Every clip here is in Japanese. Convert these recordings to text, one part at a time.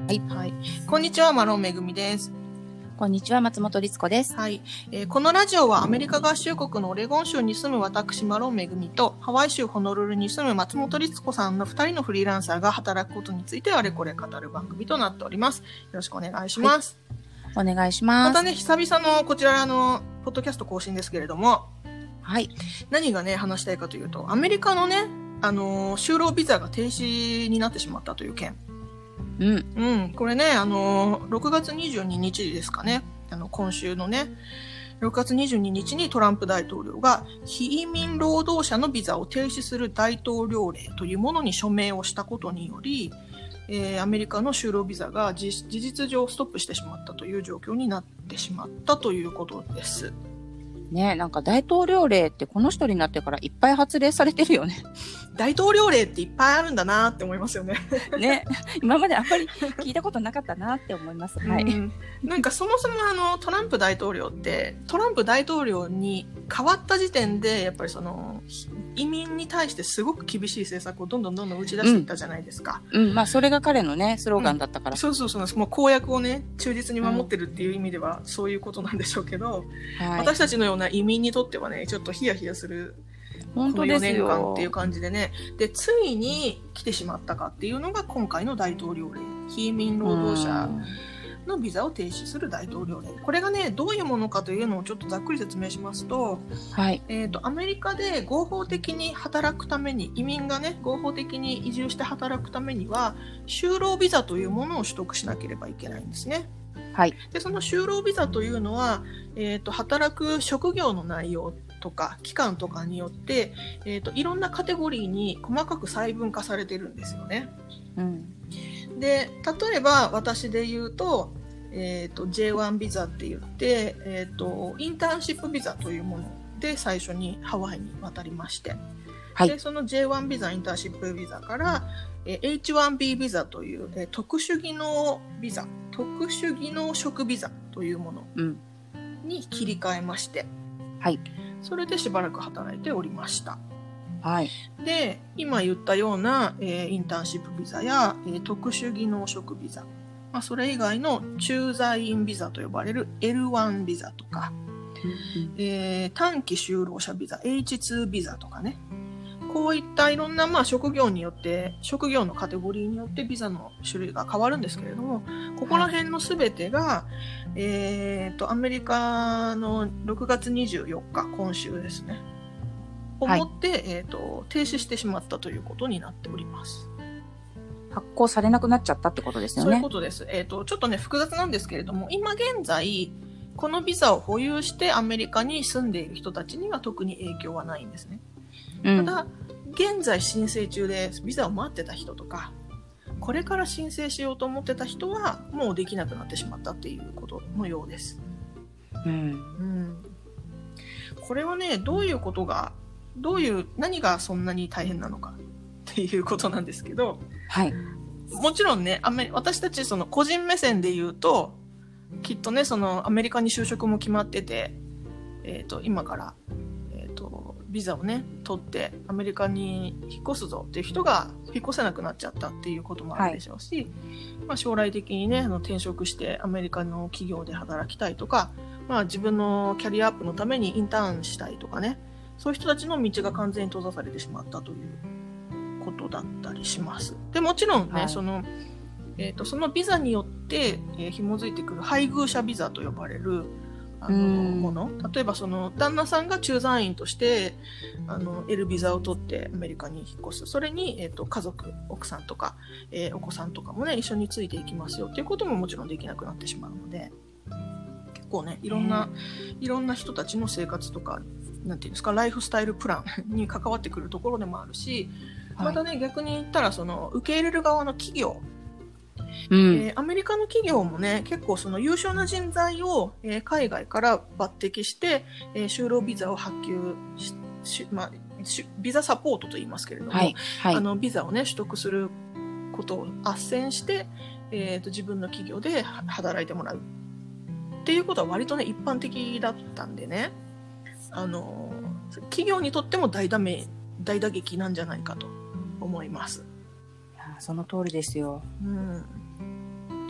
はい。 はい。こんにちは、マロンめぐみです。 こんにちは、松本律子です。 はい。このラジオはアメリカ合衆国のオレゴン州に住む私、マロンめぐみと、ハワイ州ホノルルに住む松本律子さんの2人のフリーランサーが働くことについてあれこれ語る番組となっております。よろしくお願いします。 はい、お願いします。 またね、久々のこちらポッドキャスト更新ですけれども、 はい。 何がね、話したいかというと、アメリカのね、就労ビザが停止になってしまったという件。これね、6月22日ですかね。今週のね、6月22日にトランプ大統領が非移民労働者のビザを停止する大統領令というものに署名をしたことにより、アメリカの就労ビザが事実上ストップしてしまったという状況になってしまったということです。 ね、なんか大統領令ってこの人になってからいっぱい発令されてるよね。 大統領令っていっぱいあるんだなって思いますよね。 ね、今まであんまり聞いたことなかったなって思います。はい。 なんかそもそもトランプ大統領ってトランプ大統領に変わった時点でやっぱりその移民に対してすごく厳しい政策をどんどん打ち出していったじゃないですか。 まあそれが彼のねスローガンだったから。 そうもう公約をね忠実に守ってるっていう意味ではそういうことなんでしょうけど、私たちのような移民にとってはねちょっとヒヤヒヤする。 本当ですよ。 この4年間っていう感じでね。で、ついに来てしまったかっていうのが今回の大統領令。非移民労働者のビザを停止する大統領令。これがね、どういうものかというのをちょっとざっくり説明しますと、 はい。 アメリカで合法的に働くために、移民がね、合法的に移住して働くためには、就労ビザというものを取得しなければいけないんですね。 はい。 で、その就労ビザというのは、働く職業の内容とか期間とかによって、いろんなカテゴリーに細かく細分化されてるんですよね。で、例えば私で言うと、J1 ビザって言って、インターンシップビザというもので最初にハワイに渡りまして、はい、でその J1 ビザインターンシップビザから、H1B ビザという、特殊技能ビザ特殊技能職ビザというものに切り替えまして、 はい、 それでしばらく働いておりました。 はい、 で今言ったような、インターンシップビザや、特殊技能職ビザ、それ以外の駐在員ビザと呼ばれる L1 ビザとか、短期就労者ビザ H2 ビザとかね、こういったいろんな職業によって職業のカテゴリーによってビザの種類が変わるんですけれども、ここら辺のすべてが、アメリカの6月24日今週ですねをもって、停止してしまったということになっております。 発行されなくなっちゃったってことですよね。 そういうことです。ちょっとね複雑なんですけれども、今現在このビザを保有してアメリカに住んでいる人たちには特に影響はないんですね。ただ現在申請中でビザを待ってた人とか、これから申請しようと思ってた人はもうできなくなってしまったっていうことのようです。これはね、何がそんなに大変なのかっていうことなんですけど、 はい、 もちろんね、私たちその個人目線で言うと、きっとね、そのアメリカに就職も決まってて、今から、ビザをね取ってアメリカに引っ越すぞっていう人が引っ越せなくなっちゃったっていうこともあるでしょうし、将来的にね転職してアメリカの企業で働きたいとか、自分のキャリアアップのためにインターンしたいとかね、そういう人たちの道が完全に閉ざされてしまったということだったりします。でもちろんね、そのビザによって、紐づいてくる配偶者ビザと呼ばれるもの、例えばその旦那さんが駐在員としてL ビザを取ってアメリカに引っ越す、それに、家族奥さんとか、お子さんとかもね一緒についていきますよっていうことももちろんできなくなってしまうので、結構ねいろんな人たちの生活とかなんていうんですか、ライフスタイルプランに関わってくるところでもあるし、またね逆に言ったらその受け入れる側の企業、アメリカの企業もね結構その優秀な人材を、海外から抜擢して、就労ビザを発給ビザサポートと言いますけれども、ビザをね取得することを斡旋して、自分の企業で働いてもらうっていうことは割とね一般的だったんでね、企業にとっても大打撃なんじゃないかと思います。 その通りですよ。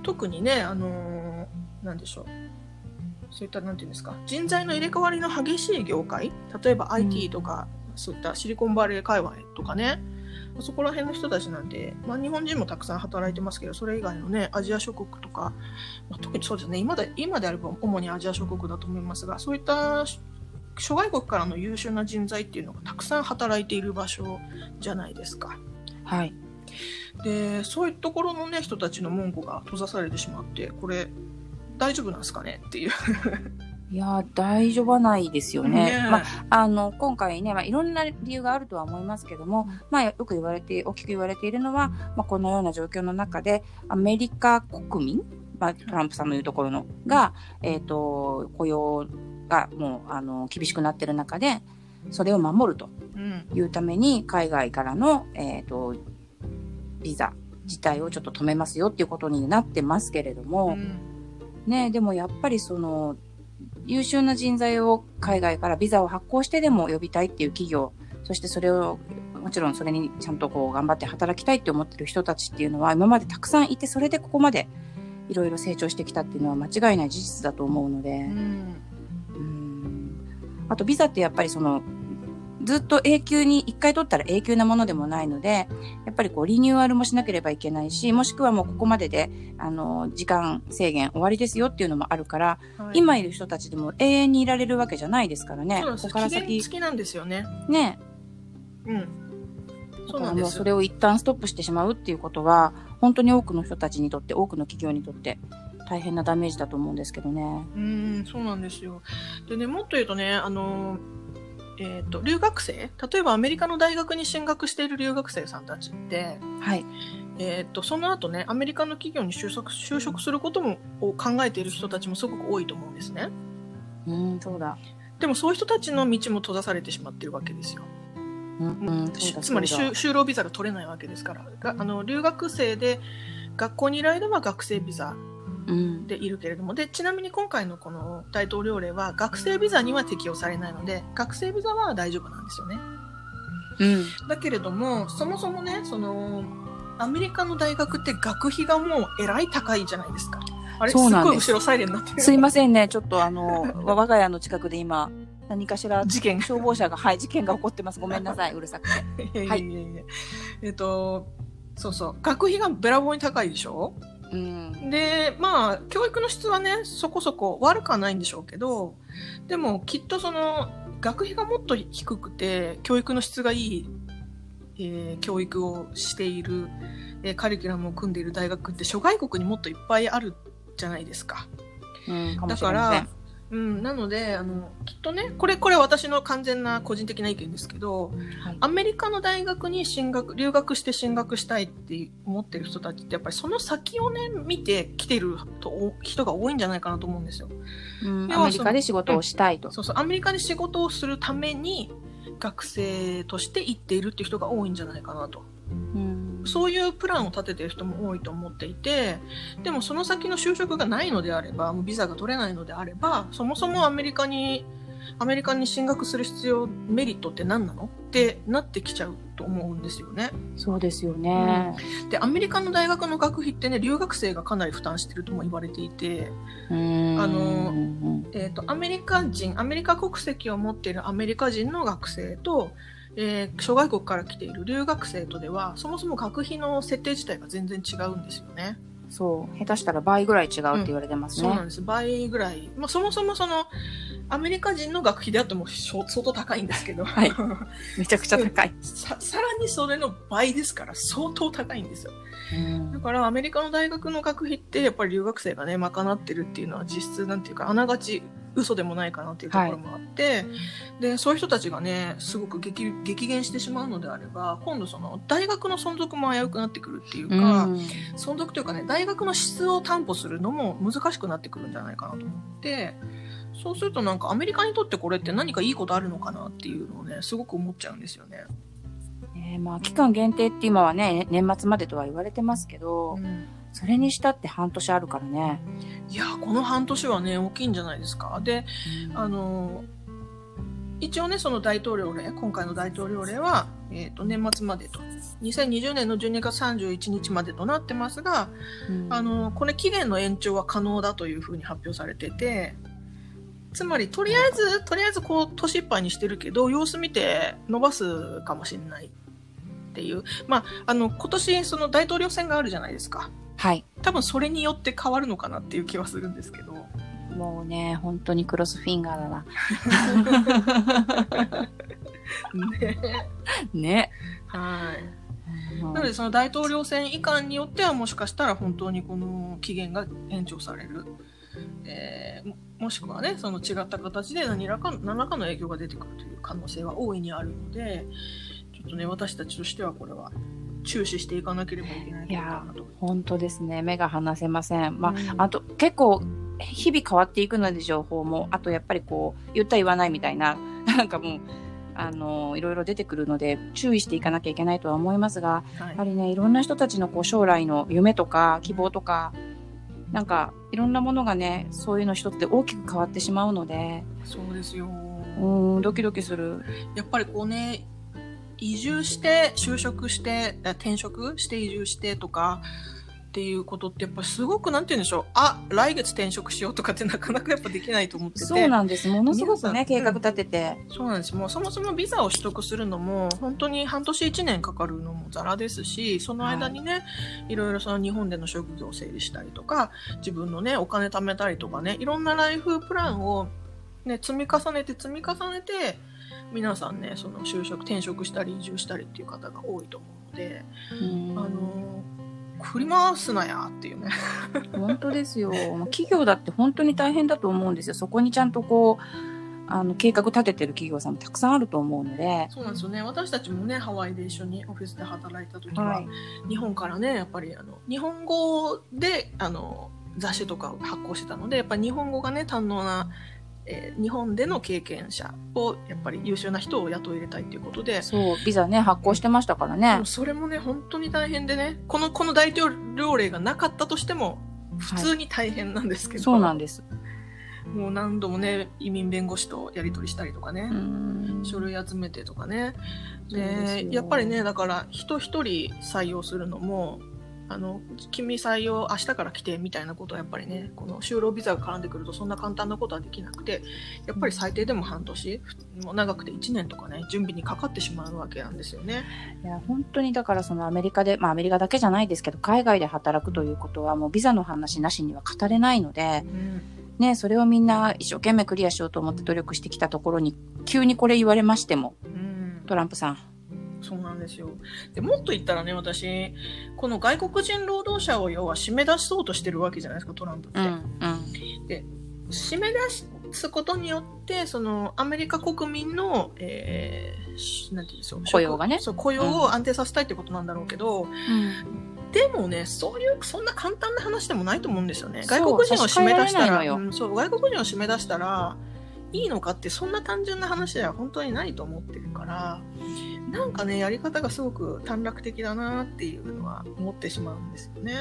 特にね、なんでしょう。そういったなんていうんですか、人材の入れ替わりの激しい業界、例えば IT とか、そういったシリコンバレー界隈とかね、そこら辺の人たちなんで、まあ、日本人もたくさん働いてますけど、それ以外のね、アジア諸国とか、まあ、特にそうですね、今であれば主にアジア諸国だと思いますが、そういった諸外国からの優秀な人材っていうのがたくさん働いている場所じゃないですか。 はい。 で、そういうところのね、人たちの門戸が閉ざされてしまって、これ、大丈夫なんですかねっていう。 いや、大丈夫はないですよね。 ね、 まあ、今回ね、まあ、いろんな理由があるとは思いますけども、まあ、よく大きく言われているのは、まあ、このような状況の中で、アメリカ国民、まあ、トランプさんの言うところのが、雇用がもう、厳しくなっている中で、それを守るというために、海外からの、ビザ自体をちょっと止めますよっていうことになってますけれども、ね、でもやっぱりその、優秀な人材を海外からビザを発行してでも呼びたいっていう企業、そしてそれをもちろんそれにちゃんとこう頑張って働きたいって思ってる人たちっていうのは今までたくさんいて、それでここまでいろいろ成長してきたっていうのは間違いない事実だと思うので、あとビザってやっぱりそのずっと永久に一回取ったら永久なものでもないので、やっぱりこうリニューアルもしなければいけないし、もしくはもうここまでで時間制限終わりですよっていうのもあるから、はい、今いる人たちでも永遠にいられるわけじゃないですからね。 そうなんです。ここから先期限付きなんですよね。 ね。だからもうそれを一旦ストップしてしまうっていうことは、本当に多くの人たちにとって、多くの企業にとって大変なダメージだと思うんですけどね。 そうなんですよ。でね、もっと言うとね、留学生、例えばアメリカの大学に進学している留学生さんたちって、 はい。 その後ね、アメリカの企業に就職することも考えている人たちもすごく多いと思うんですね。 そうだ。 でもそういう人たちの道も閉ざされてしまっているわけですよ。つまり就労ビザが取れないわけですから。留学生で学校にいる間は学生ビザでいるけれども、でちなみに今回のこの大統領令は学生ビザには適用されないので、学生ビザは大丈夫なんですよね。だけれども、そもそもね、そのアメリカの大学って学費がもうえらい高いじゃないですか。あれ、すっごい後ろサイレンになってる。 すいませんね、ちょっと我が家の近くで今何かしら消防車が事件が起こってます。ごめんなさい、うるさくて。はい。 そうそう、学費がべらぼうに高いでしょ。で、まあ教育の質はね、そこそこ悪くはないんでしょうけど、でもきっとその学費がもっと低くて教育の質がいい、教育をしている、カリキュラムを組んでいる大学って諸外国にもっといっぱいあるじゃないですか。だからなのできっとね、これ私の完全な個人的な意見ですけど、アメリカの大学に留学して進学したいって思ってる人たちってやっぱりその先をね見て来てる人が多いんじゃないかなと思うんですよ。 アメリカで仕事をしたいと。 そうそう、アメリカで仕事をするために学生として行っているっていう人が多いんじゃないかなと。そういうプランを立てている人も多いと思っていて、でもその先の就職がないのであれば、ビザが取れないのであれば、そもそもアメリカに進学するメリットって何なのってなってきちゃうと思うんですよね。 そうですよね。 で、アメリカの大学の学費ってね、留学生がかなり負担してるとも言われていて、アメリカ国籍を持っているアメリカ人の学生と、諸外国から来ている留学生とではそもそも学費の設定自体が全然違うんですよね。 そう、下手したら倍ぐらい違うって言われてますね。 そうなんです。倍ぐらい。そもそもそのアメリカ人の学費であっても相当高いんですけど、 はい、めちゃくちゃ高い。 さらにそれの倍ですから相当高いんですよ。だからアメリカの大学の学費ってやっぱり留学生がね賄ってるっていうのは実質なんていうかあながち嘘でもないかなっていうところもあって、でそういう人たちがねすごく激減してしまうのであれば、今度その大学の存続も危うくなってくるっていうか、存続というかね、大学の質を担保するのも難しくなってくるんじゃないかなと思って、そうするとなんかアメリカにとってこれって何かいいことあるのかなっていうのをねすごく思っちゃうんですよね。 期間限定って今はね年末までとは言われてますけど、それにしたって半年あるからね。 一応ね、その大統領令、今回の大統領令は、年末までと、2020年の12月31日までとなってますが、これ期限の延長は可能だというふうに発表されてて、つまり、とりあえずこう、年いっぱいにしてるけど、様子見て伸ばすかもしれないっていう。まあ、今年、その大統領選があるじゃないですか。 はい。 多分それによって変わるのかなっていう気はするんですけど。 もうね、本当にクロスフィンガーだな。ね。 はい。なので、その大統領選以下によっては、もしかしたら本当にこの期限が延長される。もしくはね、その違った形で何らかの影響が出てくるという可能性は大いにあるので、ちょっとね、私たちとしてはこれは注視していかなければいけないことかなと。 本当ですね。目が離せません。まあ、あと結構日々変わっていくので情報も、あとやっぱりこう言った言わないみたいな、なんかもういろいろ出てくるので注意していかなきゃいけないとは思いますが、やはりね、いろんな人たちのこう将来の夢とか希望とか、なんかいろんなものがね、そういうの一つで大きく変わってしまうので。 そうですよ。 ドキドキする。 やっぱりこうね、移住して就職して転職して移住してとかっていうことってやっぱりすごくなんて言うんでしょう、来月転職しようとかってなかなかやっぱできないと思ってて。 そうなんです。ものすごくね、計画立てて、 そうなんです。もうそもそもビザを取得するのも本当に半年1年かかるのもザラですし、その間にね、いろいろその日本での職業を整理したりとか、自分のねお金貯めたりとかね、いろんなライフプランをね積み重ねて皆さんね、その転職したり移住したりっていう方が多いと思うので、振り回すなやっていうね。 本当ですよ。企業だって本当に大変だと思うんですよ。そこにちゃんとこう計画立ててる企業さんもたくさんあると思うので。 そうなんですよね。私たちもね、ハワイで一緒にオフィスで働いた時は、日本からね、やっぱり日本語で雑誌とかを発行してたので、やっぱり日本語がね堪能な日本での経験者をやっぱり優秀な人を雇い入れたいということで、 そうビザね発行してましたからね。 それもね本当に大変でね、この大統領令がなかったとしても普通に大変なんですけど、 そうなんです。 もう何度もね移民弁護士とやり取りしたりとかね、書類集めてとかね、でやっぱりね、だから人一人採用するのも君採用明日から来てみたいなことはやっぱりね、この就労ビザが絡んでくるとそんな簡単なことはできなくて、やっぱり最低でも半年、もう長くて1年とかね、準備にかかってしまうわけなんですよね。 いや本当にだからそのアメリカで、アメリカだけじゃないですけど、海外で働くということはもうビザの話なしには語れないので、ね、それをみんな一生懸命クリアしようと思って努力してきたところに急にこれ言われましても、トランプさん。 そうなんですよ。でもっと言ったらね、私この外国人労働者を要は締め出そうとしてるわけじゃないですか、トランプって。で締め出すことによってそのアメリカ国民の、なんていうんでしょう、 雇用がね、 雇用を安定させたいってことなんだろうけど、でもね、そんな簡単な話でもないと思うんですよね。外国人を締め出したら、外国人を締め出したらいいのかって、そんな単純な話では本当にないと思ってるから、なんかね、やり方がすごく短絡的だなっていうのは思ってしまうんですよね。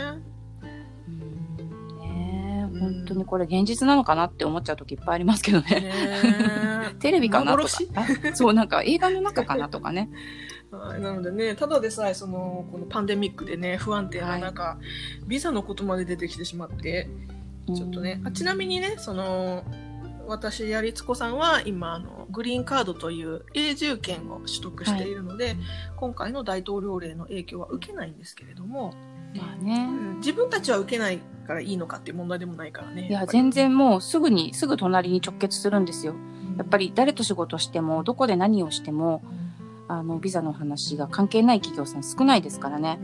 本当にこれ現実なのかなって思っちゃう時いっぱいありますけどね。テレビかなとか、そうなんか映画の中かなとかね。 なのでね、ただでさえこのパンデミックでね不安定な中、ビザのことまで出てきてしまって、ちょっとね、ちなみにね、私やりつこさんは今グリーンカードという永住権を取得しているので、今回の大統領令の影響は受けないんですけれども、自分たちは受けないからいいのかっていう問題でもないからね。 いや全然もうすぐ隣に直結するんですよ。やっぱり誰と仕事してもどこで何をしてもビザの話が関係ない企業さん少ないですからね。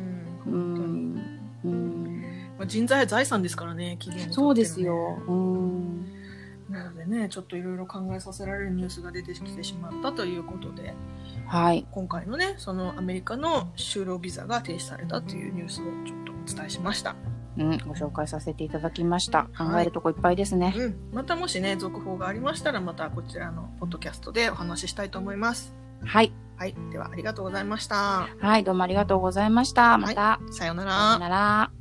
人材は財産ですからね、企業にとってのね。 そうですよ。 なのでね、ちょっといろいろ考えさせられるニュースが出てきてしまったということで、今回のね、そのアメリカの就労ビザが停止されたというニュースをちょっとお伝えしました。 ご紹介させていただきました。考えるとこいっぱいですね。 またもしね、続報がありましたら、またこちらのポッドキャストでお話ししたいと思います。はい。ではありがとうございました。 どうもありがとうございました。また。 さようなら。 さようなら。